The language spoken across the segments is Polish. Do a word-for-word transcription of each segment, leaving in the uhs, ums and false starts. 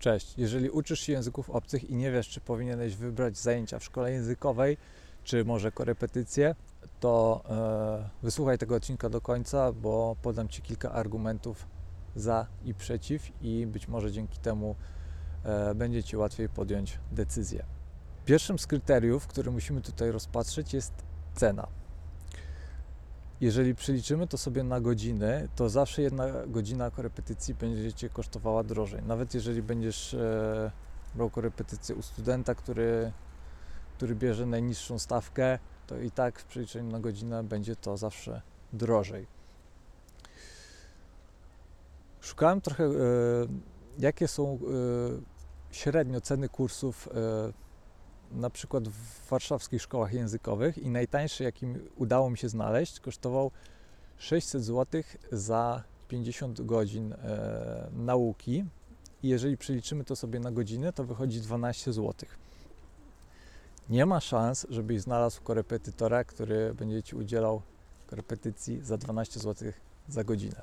Cześć, jeżeli uczysz się języków obcych i nie wiesz, czy powinieneś wybrać zajęcia w szkole językowej, czy może korepetycje, to e, wysłuchaj tego odcinka do końca, bo podam Ci kilka argumentów za i przeciw i być może dzięki temu e, będzie Ci łatwiej podjąć decyzję. Pierwszym z kryteriów, które musimy tutaj rozpatrzeć, jest cena. Jeżeli przeliczymy to sobie na godziny, to zawsze jedna godzina korepetycji będzie Cię kosztowała drożej. Nawet jeżeli będziesz e, brał korepetycję u studenta, który, który bierze najniższą stawkę, to i tak w przeliczeniu na godzinę będzie to zawsze drożej. Szukałem trochę, e, jakie są e, średnio ceny kursów e, na przykład w warszawskich szkołach językowych i najtańszy, jaki udało mi się znaleźć, kosztował sześćset złotych za pięćdziesiąt godzin e, nauki i jeżeli przeliczymy to sobie na godziny, to wychodzi dwanaście złotych. Nie ma szans, żebyś znalazł korepetytora, który będzie Ci udzielał korepetycji za dwanaście złotych za godzinę.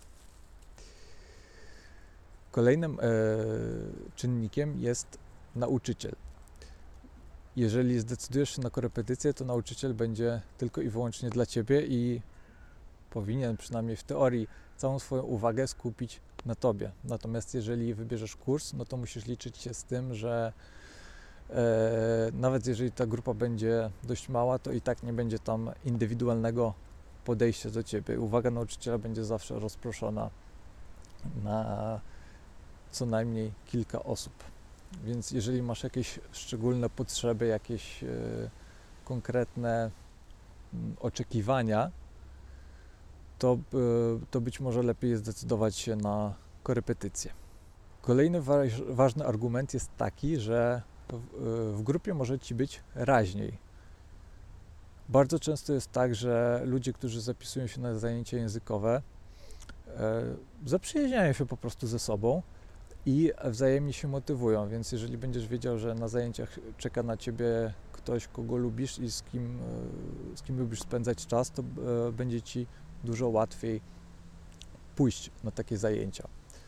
Kolejnym e, czynnikiem jest nauczyciel. Jeżeli zdecydujesz się na korepetycję, to nauczyciel będzie tylko i wyłącznie dla Ciebie i powinien przynajmniej w teorii całą swoją uwagę skupić na Tobie. Natomiast jeżeli wybierzesz kurs, no to musisz liczyć się z tym, że e, nawet jeżeli ta grupa będzie dość mała, to i tak nie będzie tam indywidualnego podejścia do Ciebie. Uwaga nauczyciela będzie zawsze rozproszona na co najmniej kilka osób. Więc jeżeli masz jakieś szczególne potrzeby, jakieś e, konkretne m, oczekiwania, to, e, to być może lepiej zdecydować się na korepetycję. Kolejny wa ważny argument jest taki, że w, e, w grupie może Ci być raźniej. Bardzo często jest tak, że ludzie, którzy zapisują się na zajęcia językowe, e, zaprzyjaźniają się po prostu ze sobą i wzajemnie się motywują, więc jeżeli będziesz wiedział, że na zajęciach czeka na Ciebie ktoś, kogo lubisz i z kim, z kim lubisz spędzać czas, to będzie Ci dużo łatwiej pójść na takie zajęcia.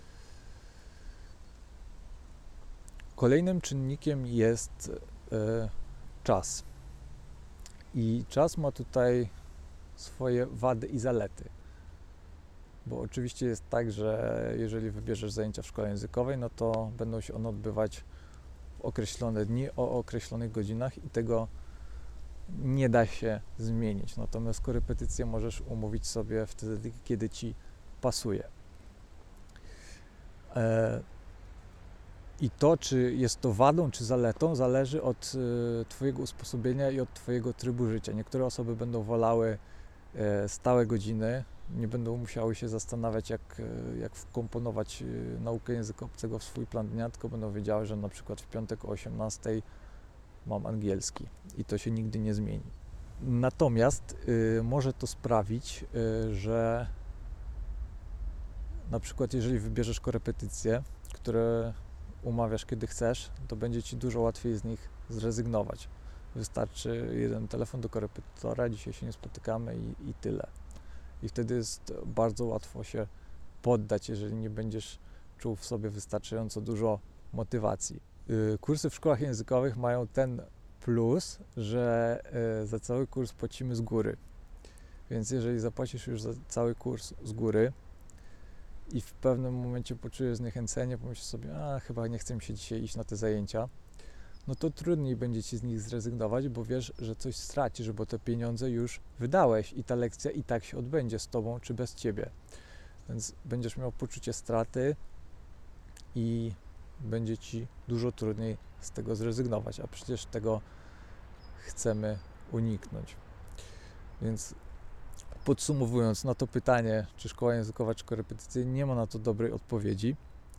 Kolejnym czynnikiem jest e, czas. I czas ma tutaj swoje wady i zalety. Bo oczywiście jest tak, że jeżeli wybierzesz zajęcia w szkole językowej, no to będą się one odbywać w określone dni, o określonych godzinach i tego nie da się zmienić. Natomiast korepetycję możesz umówić sobie wtedy, kiedy Ci pasuje. E, I to, czy jest to wadą, czy zaletą, zależy od e, Twojego usposobienia i od Twojego trybu życia. Niektóre osoby będą wolały e, stałe godziny, nie będą musiały się zastanawiać, jak, jak wkomponować naukę języka obcego w swój plan dnia, tylko będą wiedziały, że na przykład w piątek o osiemnastej mam angielski i to się nigdy nie zmieni. Natomiast y, może to sprawić, y, że na przykład jeżeli wybierzesz korepetycje, które umawiasz kiedy chcesz, to będzie Ci dużo łatwiej z nich zrezygnować. Wystarczy jeden telefon do korepetytora, dzisiaj się nie spotykamy i, i tyle. I wtedy jest bardzo łatwo się poddać, jeżeli nie będziesz czuł w sobie wystarczająco dużo motywacji. Kursy w szkołach językowych mają ten plus, że za cały kurs płacimy z góry. Więc jeżeli zapłacisz już za cały kurs z góry i w pewnym momencie poczujesz zniechęcenie, pomyślisz sobie, a chyba nie chce mi się dzisiaj iść na te zajęcia, no to trudniej będzie Ci z nich zrezygnować, bo wiesz, że coś stracisz, bo te pieniądze już wydałeś i ta lekcja i tak się odbędzie z Tobą czy bez Ciebie. Więc będziesz miał poczucie straty i będzie Ci dużo trudniej z tego zrezygnować, a przecież tego chcemy uniknąć. Więc podsumowując, na to pytanie, czy szkoła językowa, czy korepetycje, nie ma na to dobrej odpowiedzi.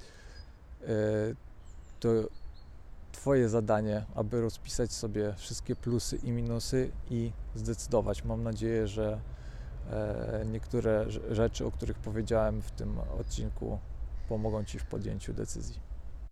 To Twoje zadanie, aby rozpisać sobie wszystkie plusy i minusy i zdecydować. Mam nadzieję, że e, niektóre rzeczy, o których powiedziałem w tym odcinku, pomogą Ci w podjęciu decyzji.